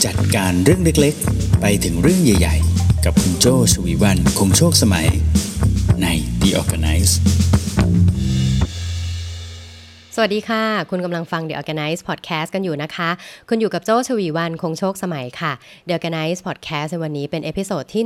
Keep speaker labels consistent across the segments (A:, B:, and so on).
A: จัดการเรื่องเล็กๆไปถึงเรื่องใหญ่ๆกับคุณโจชวีวรรณคงโชคสมัยใน The Organize
B: สวัสดีค่ะคุณกำลังฟัง The Organize Podcast กันอยู่นะคะคุณอยู่กับโจ้ชวีวรรณคงโชคสมัยค่ะ The Organize Podcast ในวันนี้เป็นเอพิโซดที่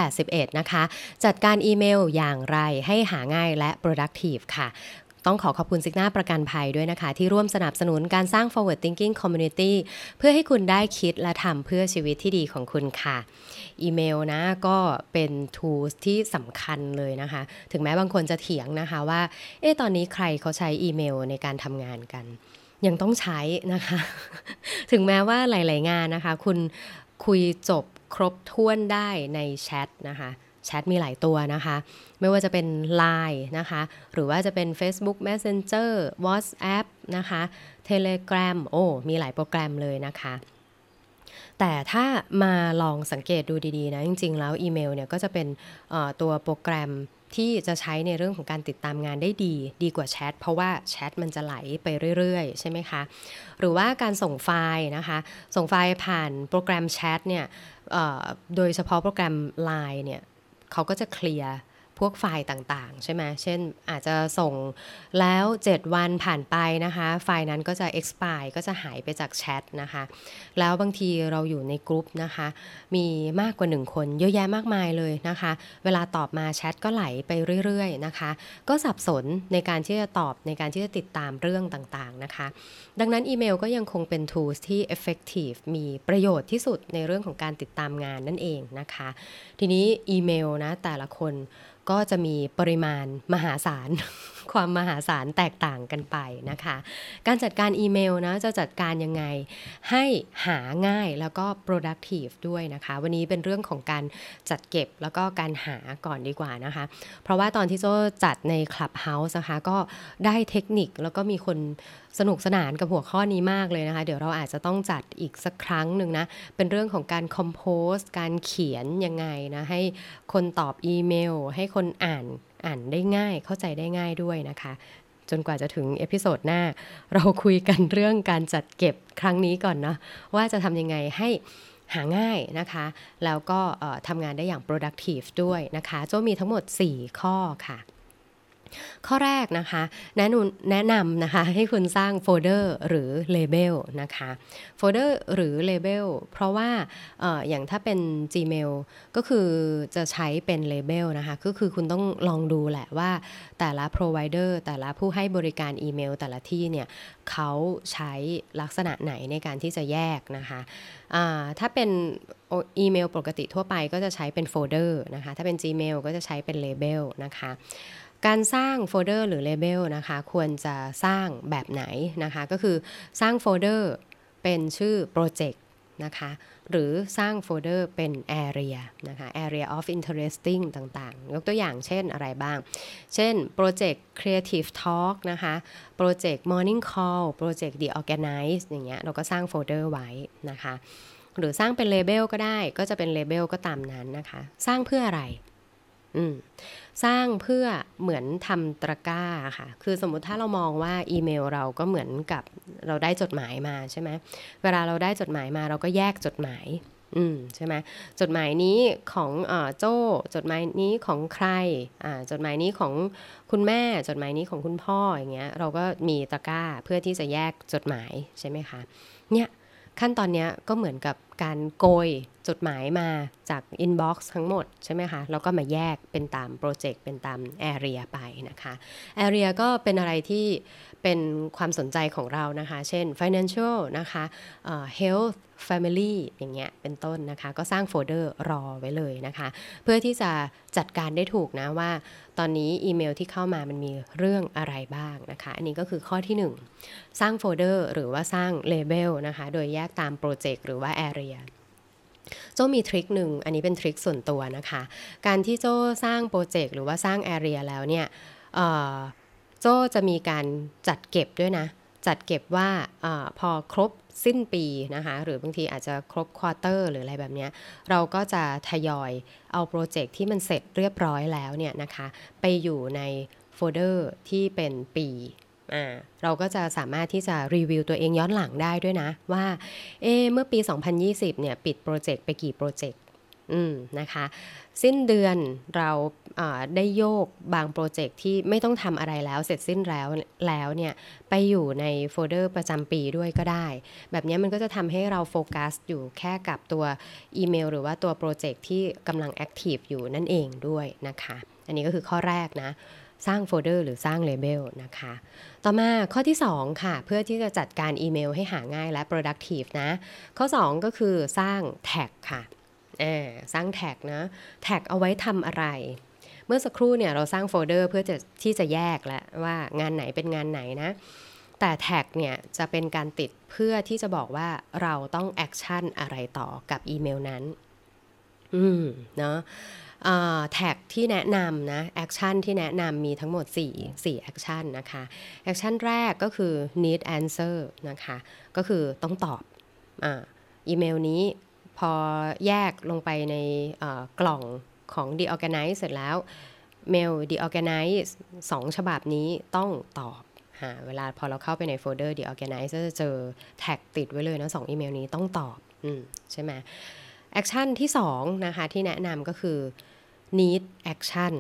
B: 181นะคะจัดการอีเมลอย่างไรให้หาง่ายและ productive ค่ะต้องขอบคุณซิกนาประกันภัยด้วยนะคะที่ร่วมสนับสนุนการสร้าง Forward Thinking Community เพื่อให้คุณได้คิดและทำเพื่อชีวิตที่ดีของคุณค่ะอีเมลนะก็เป็น tools ที่สำคัญเลยนะคะถึงแม้บางคนจะเถียงนะคะว่าตอนนี้ใครเขาใช้อีเมลในการทำงานกันยังต้องใช้นะคะ ถึงแม้ว่าหลายๆงานนะคะคุณคุยจบครบถ้วนได้ในแชทนะคะแชทมีหลายตัวนะคะไม่ว่าจะเป็น LINE นะคะหรือว่าจะเป็น Facebook Messenger WhatsApp นะคะ Telegram มีหลายโปรแกรมเลยนะคะแต่ถ้ามาลองสังเกตดูดีๆนะจริงๆแล้วอีเมลเนี่ยก็จะเป็นตัวโปรแกรมที่จะใช้ในเรื่องของการติดตามงานได้ดีกว่าแชทเพราะว่าแชทมันจะไหลไปเรื่อยๆใช่ไหมคะหรือว่าการส่งไฟล์นะคะส่งไฟล์ผ่านโปรแกรมแชทเนี่ยโดยเฉพาะโปรแกรม LINE เนี่ยเขาก็จะเคลียร์พวกไฟล์ต่างๆใช่ไหมเช่นอาจจะส่งแล้ว7วันผ่านไปนะคะไฟล์นั้นก็จะ expire ก็จะหายไปจากแชทนะคะแล้วบางทีเราอยู่ในกลุ่มนะคะมีมากกว่า1คนเยอะแยะมากมายเลยนะคะเวลาตอบมาแชทก็ไหลไปเรื่อยๆนะคะก็สับสนในการที่จะตอบในการที่จะติดตามเรื่องต่างๆนะคะดังนั้นอีเมลก็ยังคงเป็น tools ที่ effective มีประโยชน์ที่สุดในเรื่องของการติดตามงานนั่นเองนะคะทีนี้อีเมลนะแต่ละคนก็จะมีปริมาณมหาศาล ความมหาศาลแตกต่างกันไปนะคะการจัดการอีเมลนะจะจัดการยังไงให้หาง่ายแล้วก็ productive ด้วยนะคะวันนี้เป็นเรื่องของการจัดเก็บแล้วก็การหาก่อนดีกว่านะคะเพราะว่าตอนที่โจ้จัดใน Clubhouse นะคะก็ได้เทคนิคแล้วก็มีคนสนุกสนานกับหัวข้อนี้มากเลยนะคะเดี๋ยวเราอาจจะต้องจัดอีกสักครั้งหนึ่งนะเป็นเรื่องของการ compose การเขียนยังไงนะให้คนตอบอีเมลให้คนอ่านได้ง่ายเข้าใจได้ง่ายด้วยนะคะจนกว่าจะถึงเอพิโซดหน้าเราคุยกันเรื่องการจัดเก็บครั้งนี้ก่อนนะว่าจะทำยังไงให้หาง่ายนะคะแล้วก็ทำงานได้อย่าง productive ด้วยนะคะโจ้มีทั้งหมด4ข้อค่ะข้อแรกนะคะแนะนำนะคะให้คุณสร้างโฟลเดอร์หรือเลเบลนะคะโฟลเดอร์หรือเลเบลเพราะว่าอย่างถ้าเป็น Gmail ก็คือจะใช้เป็นเลเบลนะคะก็คือคุณต้องลองดูแหละว่าแต่ละ provider แต่ละผู้ให้บริการอีเมลแต่ละที่เนี่ยเขาใช้ลักษณะไหนในการที่จะแยกนะคะถ้าเป็นอีเมลปกติทั่วไปก็จะใช้เป็นโฟลเดอร์นะคะถ้าเป็น Gmail ก็จะใช้เป็นเลเบลนะคะการสร้างโฟลเดอร์หรือเลเบลนะคะควรจะสร้างแบบไหนนะคะก็คือสร้างโฟลเดอร์เป็นชื่อโปรเจกต์นะคะหรือสร้างโฟลเดอร์เป็น area นะคะ area of interesting ต่างๆยกตัวอย่างเช่นอะไรบ้างเช่นโปรเจกต์ creative talk นะคะโปรเจกต์ morning call โปรเจกต์ the organize อย่างเงี้ยเราก็สร้างโฟลเดอร์ไว้นะคะหรือสร้างเป็นเลเบลก็ได้ก็จะเป็นเลเบลก็ตามนั้นนะคะสร้างเพื่ออะไรสร้างเพื่อเหมือนทำตะกร้าค่ะคือสมมุติถ้าเรามองว่าอีเมลเราก็เหมือนกับเราได้จดหมายมาใช่ไหมเวลาเราได้จดหมายมาเราก็แยกจดหมายใช่ไหมจดหมายนี้ของโจ้จดหมายนี้ของใครจดหมายนี้ของคุณแม่จดหมายนี้ของคุณพ่ออย่างเงี้ยเราก็มีตะกร้าเพื่อที่จะแยกจดหมายใช่ไหมคะเนี่ยขั้นตอนนี้ก็เหมือนกับการโกยจดหมายมาจากอินบ็อกซ์ทั้งหมดใช่ไหมคะแล้วก็มาแยกเป็นตามโปรเจกต์เป็นตามแอเรียไปนะคะแอเรียก็เป็นอะไรที่เป็นความสนใจของเรานะคะเช่น financial นะคะ health family อย่างเงี้ยเป็นต้นนะคะก็สร้างโฟลเดอร์รอไว้เลยนะคะเพื่อที่จะจัดการได้ถูกนะว่าตอนนี้อีเมลที่เข้ามามันมีเรื่องอะไรบ้างนะคะอันนี้ก็คือข้อที่1สร้างโฟลเดอร์หรือว่าสร้างเลเบลนะคะโดยแยกตามโปรเจกต์หรือว่า area โจ้มีทริคหนึ่งอันนี้เป็นทริคส่วนตัวนะคะการที่โจ้สร้างโปรเจกต์หรือว่าสร้าง area แล้วเนี่ยโจ้จะมีการจัดเก็บด้วยนะจัดเก็บว่าพอครบสิ้นปีนะคะหรือบางทีอาจจะครบควอเตอร์หรืออะไรแบบนี้เราก็จะทยอยเอาโปรเจกต์ที่มันเสร็จเรียบร้อยแล้วเนี่ยนะคะไปอยู่ในโฟลเดอร์ที่เป็นปีเราก็จะสามารถที่จะรีวิวตัวเองย้อนหลังได้ด้วยนะว่าเมื่อปี 2020 เนี่ยปิดโปรเจกต์ไปกี่โปรเจกต์นะคะสิ้นเดือนเราได้โยกบางโปรเจกต์ที่ไม่ต้องทำอะไรแล้วเสร็จสิ้นแล้วเนี่ยไปอยู่ในโฟลเดอร์ประจำปีด้วยก็ได้แบบนี้มันก็จะทำให้เราโฟกัสอยู่แค่กับตัวอีเมลหรือว่าตัวโปรเจกต์ที่กำลังแอคทีฟอยู่นั่นเองด้วยนะคะอันนี้ก็คือข้อแรกนะสร้างโฟลเดอร์หรือสร้างเลเบลนะคะต่อมาข้อที่2ค่ะเพื่อที่จะจัดการอีเมลให้หาง่ายและ productive นะข้อ2ก็คือสร้างแท็กค่ะสร้างแท็กนะแท็กเอาไว้ทำอะไรเมื่อสักครู่เนี่ยเราสร้างโฟลเดอร์เพื่อที่จะแยกแล้วว่างานไหนเป็นงานไหนนะแต่แท็กเนี่ยจะเป็นการติดเพื่อที่จะบอกว่าเราต้องแอคชั่นอะไรต่อกับอีเมลนั้นเนาะแท็กที่แนะนำนะแอคชั่นที่แนะนำมีทั้งหมด4แอคชั่นนะคะแอคชั่นแรกก็คือ need answer นะคะก็คือต้องตอบอีเมลนี้พอแยกลงไปในกล่องของ The Organize เสร็จแล้วเมล The Organize 2 ฉบับนี้ต้องตอบเวลาพอเราเข้าไปในโฟลเดอร์ The Organize จะเจอแท็กติดไว้เลยนะ2อีเมลนี้ต้องตอบใช่ไหมแอคชั่นที่2นะคะที่แนะนำก็คือ need action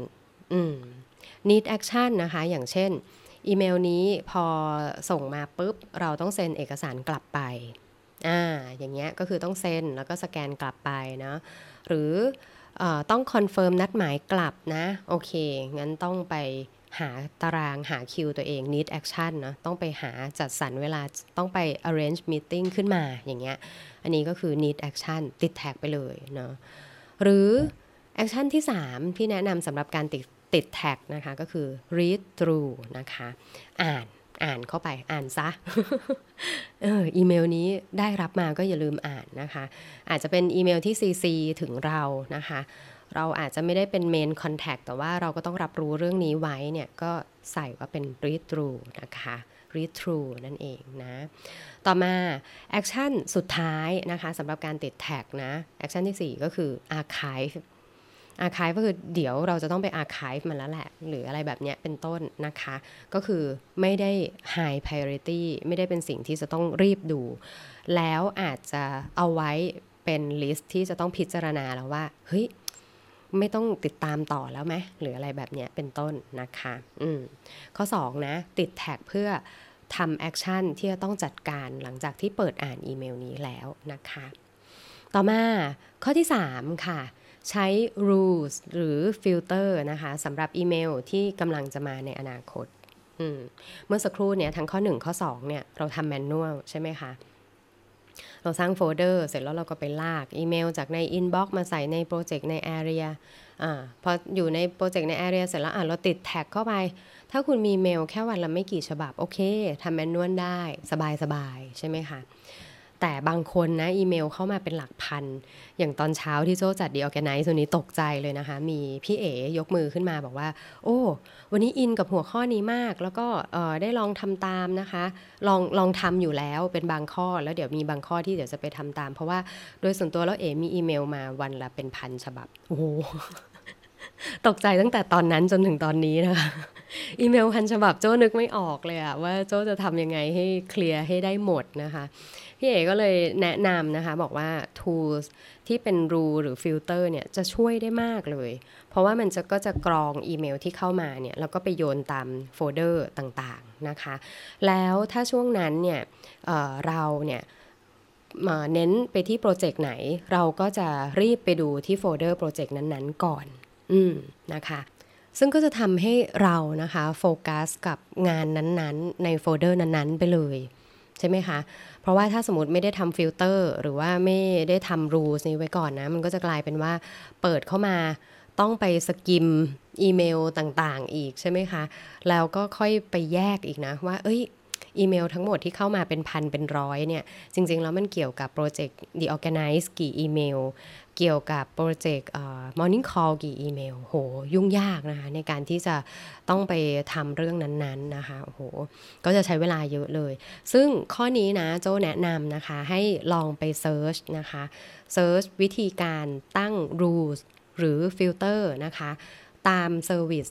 B: need action นะคะอย่างเช่นอีเมลนี้พอส่งมาปุ๊บเราต้องเซ็นเอกสารกลับไปอย่างเงี้ยก็คือต้องเซ็นแล้วก็สแกนกลับไปนะหรือต้องคอนเฟิร์มนัดหมายกลับนะโอเคงั้นต้องไปหาตารางหาคิวตัวเอง need action นะต้องไปหาจัดสรรเวลาต้องไป arrange meeting ขึ้นมาอย่างเงี้ยอันนี้ก็คือ need action ติดแท็กไปเลยเนาะหรือแอคชั่นที่3ที่แนะนำสำหรับการติดแท็กนะคะก็คือ read through นะคะอ่านเข้าไปอ่านซะ อีเมลนี้ได้รับมาก็อย่าลืมอ่านนะคะอาจจะเป็นอีเมลที่ CC ถึงเรานะคะเราอาจจะไม่ได้เป็น main contact แต่ว่าเราก็ต้องรับรู้เรื่องนี้ไว้เนี่ยก็ใส่ว่าเป็น read through นะคะ read through นั่นเองนะต่อมาแอคชั่นสุดท้ายนะคะสำหรับการติดแท็กนะแอคชั่นที่4ก็คือ archive ก็คือเดี๋ยวเราจะต้องไปอาร์ไคฟ์มันแล้วแหละหรืออะไรแบบนี้เป็นต้นนะคะก็คือไม่ได้ high priority ไม่ได้เป็นสิ่งที่จะต้องรีบดูแล้วอาจจะเอาไว้เป็นลิสต์ที่จะต้องพิจารณาแล้วว่าเฮ้ยไม่ต้องติดตามต่อแล้วไหมหรืออะไรแบบนี้เป็นต้นนะคะข้อ2นะติดแท็กเพื่อทำแอคชั่นที่จะต้องจัดการหลังจากที่เปิดอ่านอีเมลนี้แล้วนะคะต่อมาข้อที่3ค่ะใช้ rules หรือ filter นะคะสำหรับอีเมลที่กำลังจะมาในอนาคตเมื่อสักครู่เนี่ยทั้งข้อ1ข้อ2เนี่ยเราทำ manual ใช่ไหมคะเราสร้างโฟลเดอร์เสร็จแล้วเราก็ไปลากอีเมลจากใน inbox มาใส่ในโปรเจกต์ใน area พออยู่ในโปรเจกต์ใน area เสร็จแล้วเราติดแท็กเข้าไปถ้าคุณมีเมลแค่วันละไม่กี่ฉบับโอเคทำ manual ได้สบายๆใช่ไหมคะแต่บางคนนะอีเมลเข้ามาเป็นหลักพันอย่างตอนเช้าที่โจ้จัด The Organize ตัวนี้ตกใจเลยนะคะมีพี่เอ๋ยกมือขึ้นมาบอกว่าโอ้วันนี้อินกับหัวข้อนี้มากแล้วก็ได้ลองทำตามนะคะลองทำอยู่แล้วเป็นบางข้อแล้วเดี๋ยวมีบางข้อที่เดี๋ยวจะไปทำตามเพราะว่าโดยส่วนตัวแล้วเอ๋มีอีเมลมาวันละเป็นพันฉบับโอ้โห ตกใจตั้งแต่ตอนนั้นจนถึงตอนนี้นะคะอีเมลพันฉบับโจ้นึกไม่ออกเลยอะว่าโจ้จะทำยังไงให้เคลียร์ให้ได้หมดนะคะพี่เอ๋ก็เลยแนะนำนะคะบอกว่า tools ที่เป็น rule หรือ filter เนี่ยจะช่วยได้มากเลยเพราะว่ามันก็จะกรองอีเมลที่เข้ามาเนี่ยแล้วก็ไปโยนตามโฟลเดอร์ต่างๆนะคะแล้วถ้าช่วงนั้นเนี่ยเราเนี่ยเน้นไปที่โปรเจกต์ไหนเราก็จะรีบไปดูที่โฟลเดอร์โปรเจกต์นั้นๆก่อนนะคะซึ่งก็จะทำให้เรานะคะโฟกัสกับงานนั้นๆในโฟลเดอร์นั้นๆไปเลยใช่ไหมคะเพราะว่าถ้าสมมติไม่ได้ทำฟิลเตอร์หรือว่าไม่ได้ทำรูลนี้ไว้ก่อนนะมันก็จะกลายเป็นว่าเปิดเข้ามาต้องไปสกิมอีเมลต่างๆอีกใช่ไหมคะแล้วก็ค่อยไปแยกอีกนะว่าอีเมลทั้งหมดที่เข้ามาเป็นพันเป็นร้อยเนี่ยจริงๆแล้วมันเกี่ยวกับโปรเจกต์ The Organize กี่อีเมลเกี่ยวกับโปรเจกต์ Morning Call กี่อีเมลโหยุ่งยากนะคะในการที่จะต้องไปทำเรื่องนั้นๆนะคะโหก็จะใช้เวลาเยอะเลยซึ่งข้อนี้นะโจ้แนะนำนะคะให้ลองไปเซิร์ชนะคะเซิร์ชวิธีการตั้ง rules หรือ filter นะคะตาม service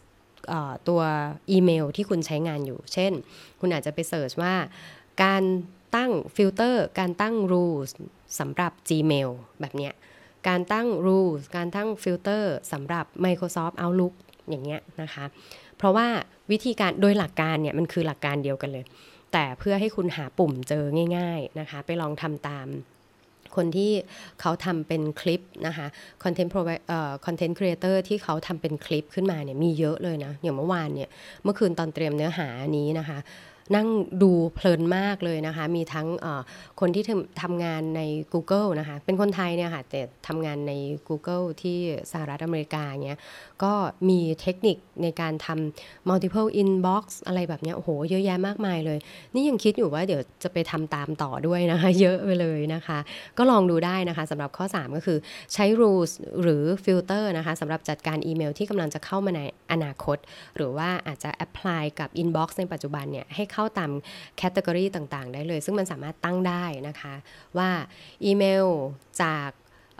B: ตัวอีเมลที่คุณใช้งานอยู่เช่นคุณอาจจะไปเสิร์ชว่าการตั้งฟิลเตอร์การตั้ง rules สำหรับ Gmail แบบเนี้ยการตั้ง rules การตั้งฟิลเตอร์สำหรับ Microsoft Outlook อย่างเงี้ยนะคะเพราะว่าวิธีการโดยหลักการเนี่ยมันคือหลักการเดียวกันเลยแต่เพื่อให้คุณหาปุ่มเจอง่ายๆนะคะไปลองทำตามคนที่เขาทำเป็นคลิปนะคะcontent creator ที่เขาทำเป็นคลิปขึ้นมาเนี่ยมีเยอะเลยนะอย่างเมื่อวานเนี่ยเมื่อคืนตอนเตรียมเนื้อหานี้นะคะนั่งดูเพลินมากเลยนะคะมีทั้งคนที่ทำงานใน Google นะคะเป็นคนไทยเนี่ยค่ะแต่ทำงานใน Google ที่สหรัฐอเมริกาเงี้ยก็มีเทคนิคในการทำ multiple inbox อะไรแบบเนี้ยโอ้โหเยอะแยะมากมายเลยนี่ยังคิดอยู่ว่าเดี๋ยวจะไปทำตามต่อด้วยนะคะเยอะไปเลยนะคะก็ลองดูได้นะคะสำหรับข้อ3ก็คือใช้ rules หรือ filter นะคะสำหรับจัดการอีเมลที่กำลังจะเข้ามาในอนาคตหรือว่าอาจจะ apply กับ inbox ในปัจจุบันเนี่ยให้เข้าตามแคตตากรีต่างๆได้เลยซึ่งมันสามารถตั้งได้นะคะว่าอีเมลจาก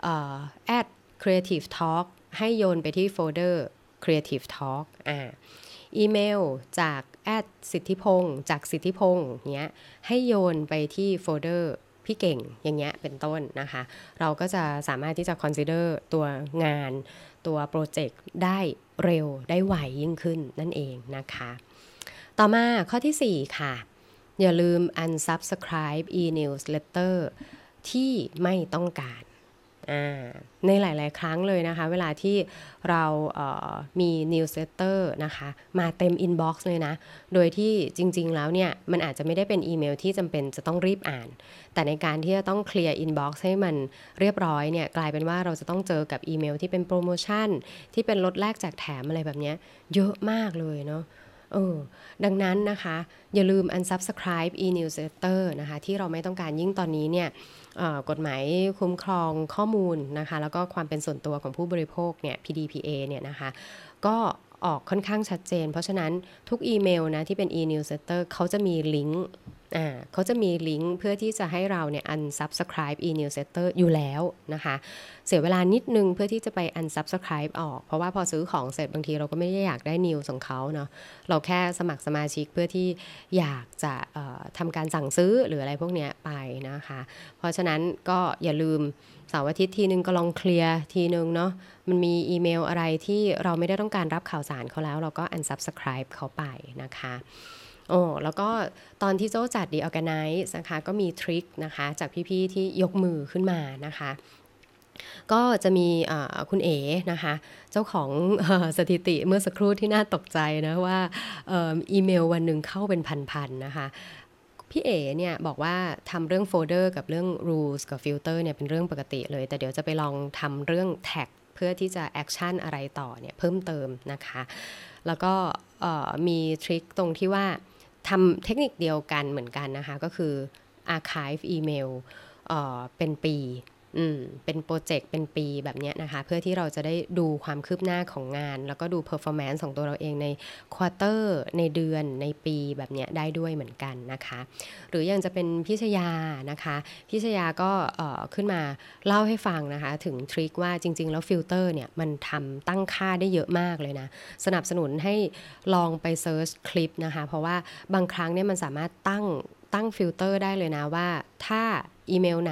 B: @creative talk ให้โยนไปที่โฟลเดอร์ creative talk อีเมลจากสิทธิพงษ์จากสิทธิพงษ์เนี้ยให้โยนไปที่โฟลเดอร์พี่เก่งอย่างเงี้ยเป็นต้นนะคะเราก็จะสามารถที่จะ consider ตัวงานตัวโปรเจกต์ได้เร็วได้ไวยิ่งขึ้นนั่นเองนะคะต่อมาข้อที่4ค่ะอย่าลืม unsubscribe e-newsletter ที่ไม่ต้องการในหลายๆครั้งเลยนะคะเวลาที่เรามี newsletter นะคะมาเต็ม inbox เลยนะโดยที่จริงๆแล้วเนี่ยมันอาจจะไม่ได้เป็นอีเมลที่จำเป็นจะต้องรีบอ่านแต่ในการที่จะต้องเคลียร์ inbox ให้มันเรียบร้อยเนี่ยกลายเป็นว่าเราจะต้องเจอกับอีเมลที่เป็นโปรโมชั่นที่เป็นลดแลกแจกแถมอะไรแบบนี้เยอะมากเลยเนาะดังนั้นนะคะอย่าลืม unsubscribe e-newsletter นะคะที่เราไม่ต้องการยิ่งตอนนี้เนี่ยกฎหมายคุ้มครองข้อมูลนะคะแล้วก็ความเป็นส่วนตัวของผู้บริโภคเนี่ย PDPA เนี่ยนะคะก็ออกค่อนข้างชัดเจนเพราะฉะนั้นทุกอีเมลนะที่เป็น e-newsletter เขาจะมีลิงก์เขาจะมีลิงก์เพื่อที่จะให้เราเนี่ย unsubscribe e-newsletter อยู่แล้วนะคะเสียเวลานิดนึงเพื่อที่จะไป unsubscribe ออกเพราะว่าพอซื้อของเสร็จบางทีเราก็ไม่ได้อยากได้ news ของเขาเนาะเราแค่สมัครสมาชิกเพื่อที่อยากจะทำการสั่งซื้อหรืออะไรพวกเนี้ยไปนะคะเพราะฉะนั้นก็อย่าลืมเสาร์อาทิตย์ทีนึงก็ลองเคลียร์ทีนึงเนาะมันมีอีเมลอะไรที่เราไม่ได้ต้องการรับข่าวสารเขาแล้วเราก็ unsubscribe เขาไปนะคะแล้วก็ตอนที่โจ้จัด The Organize นะคะก็มีทริคนะคะจากพี่ๆที่ยกมือขึ้นมานะคะก็จะมีคุณเอ๋นะคะเจ้าของสถิติเมื่อสักครู่ที่น่าตกใจนะว่าอีเมลวันหนึ่งเข้าเป็นพันๆนะคะพี่เอ๋เนี่ยบอกว่าทำเรื่องโฟลเดอร์กับเรื่อง rules กับ filter เนี่ยเป็นเรื่องปกติเลยแต่เดี๋ยวจะไปลองทำเรื่อง tag เพื่อที่จะ action อะไรต่อเนี่ยเพิ่มเติมนะคะแล้วก็มีทริคตรงที่ว่าทำเทคนิคเดียวกันเหมือนกันนะคะก็คือ archive อีเมลเป็นปีเป็นโปรเจกต์เป็นปีแบบนี้นะคะเพื่อที่เราจะได้ดูความคืบหน้าของงานแล้วก็ดู performance ของตัวเราเองในควอเตอร์ในเดือนในปีแบบนี้ได้ด้วยเหมือนกันนะคะหรือยังจะเป็นพิชยานะคะพิชยาก็ขึ้นมาเล่าให้ฟังนะคะถึงทริคว่าจริงๆแล้วฟิลเตอร์เนี่ยมันทำตั้งค่าได้เยอะมากเลยนะสนับสนุนให้ลองไปเซิร์ชคลิปนะคะเพราะว่าบางครั้งเนี่ยมันสามารถตั้งฟิลเตอร์ได้เลยนะว่าถ้าอีเมลไหน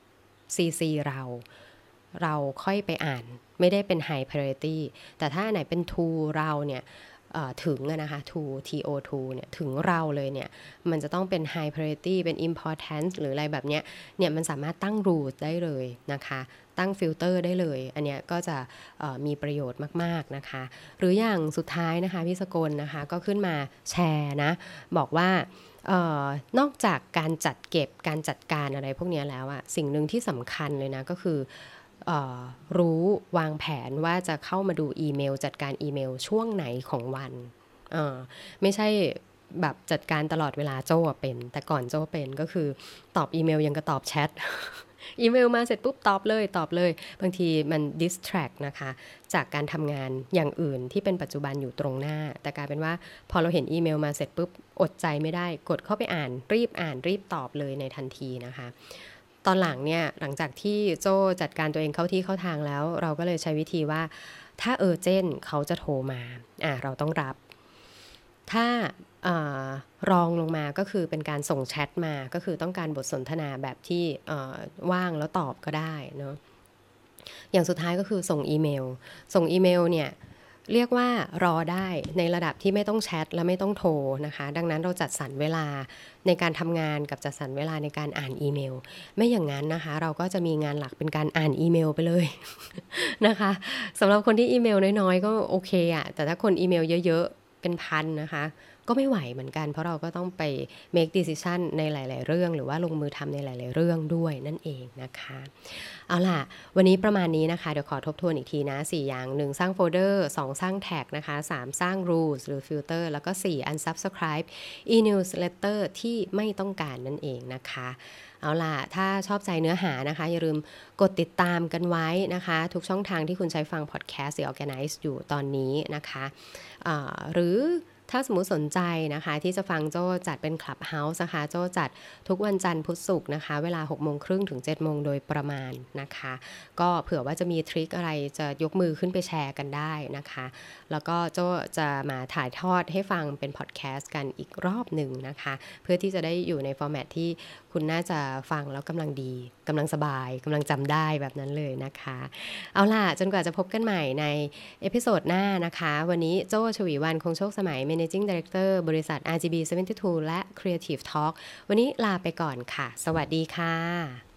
B: CC เราค่อยไปอ่านไม่ได้เป็น High Priority แต่ถ้าไหนเป็น To เราเนี่ยถึงนะคะ To TO2 เนี่ยถึงเราเลยเนี่ยมันจะต้องเป็น High Priority เป็น Importance หรืออะไรแบบเนี้ยเนี่ยมันสามารถตั้ง Root ได้เลยนะคะตั้งฟิลเตอร์ได้เลยอันเนี้ยก็จะมีประโยชน์มากๆนะคะหรืออย่างสุดท้ายนะคะพี่สกลนะคะก็ขึ้นมาแชร์นะบอกว่านอกจากการจัดเก็บการจัดการอะไรพวกนี้แล้วสิ่งหนึ่งที่สำคัญเลยนะก็คือรู้วางแผนว่าจะเข้ามาดูอีเมลจัดการอีเมลช่วงไหนของวันไม่ใช่แบบจัดการตลอดเวลาโจ้เป็นแต่ก่อนโจ้เป็นก็คือตอบอีเมลยังก็ตอบแชท อีเมลมาเสร็จปุ๊บตอบเลยบางทีมัน distract นะคะจากการทำงานอย่างอื่นที่เป็นปัจจุบันอยู่ตรงหน้าแต่กลายเป็นว่าพอเราเห็นอีเมลมาเสร็จปุ๊บอดใจไม่ได้กดเข้าไปอ่านรีบตอบเลยในทันทีนะคะตอนหลังเนี่ยหลังจากที่โจ้จัดการตัวเองเข้าที่เข้าทางแล้วเราก็เลยใช้วิธีว่าถ้าเจนเขาจะโทรมาเราต้องรับถ้ารองลงมาก็คือเป็นการส่งแชทมาก็คือต้องการบทสนทนาแบบที่ว่างแล้วตอบก็ได้เนาะอย่างสุดท้ายก็คือส่งอีเมลเนี่ยเรียกว่ารอได้ในระดับที่ไม่ต้องแชทและไม่ต้องโทรนะคะดังนั้นเราจัดสรรเวลาในการทำงานกับจัดสรรเวลาในการอ่านอีเมลไม่อย่างนั้นนะคะเราก็จะมีงานหลักเป็นการอ่านอีเมลไปเลย นะคะสำหรับคนที่อีเมลน้อยๆก็โอเคอะแต่ถ้าคนอีเมลเยอะๆเป็นพันนะคะก็ไม่ไหวเหมือนกันเพราะเราก็ต้องไป make decision ในหลายๆเรื่องหรือว่าลงมือทำในหลายๆเรื่องด้วยนั่นเองนะคะเอาล่ะวันนี้ประมาณนี้นะคะเดี๋ยวขอทบทวนอีกทีนะ4อย่าง1สร้างโฟลเดอร์2สร้างแท็กนะคะ3สร้าง rules หรือ filter แล้วก็4 unsubscribe e-newsletter ที่ไม่ต้องการนั่นเองนะคะเอาล่ะถ้าชอบใจเนื้อหานะคะอย่าลืมกดติดตามกันไว้นะคะทุกช่องทางที่คุณใช้ฟังพอดแคสต์ The Organize อยู่ตอนนี้นะคะหรือถ้าสมมุติสนใจนะคะที่จะฟังโจ้จัดเป็น Clubhouse นะคะโจ้จัดทุกวันจันทร์พุธศุกร์นะคะเวลา 6:30 ถึง 7:00 โดยประมาณนะคะก็เผื่อว่าจะมีทริคอะไรจะยกมือขึ้นไปแชร์กันได้นะคะแล้วก็โจ้จะมาถ่ายทอดให้ฟังเป็นพอดแคสต์กันอีกรอบหนึ่งนะคะเพื่อที่จะได้อยู่ในฟอร์แมตที่คุณน่าจะฟังแล้วกำลังดีกำลังสบายกำลังจำได้แบบนั้นเลยนะคะเอาล่ะจนกว่าจะพบกันใหม่ในเอพิโซดหน้านะคะวันนี้โจ้ชวีวรรณคงโชคสมัย Managing Director บริษัท RGB 72 และ Creative Talk วันนี้ลาไปก่อนค่ะสวัสดีค่ะ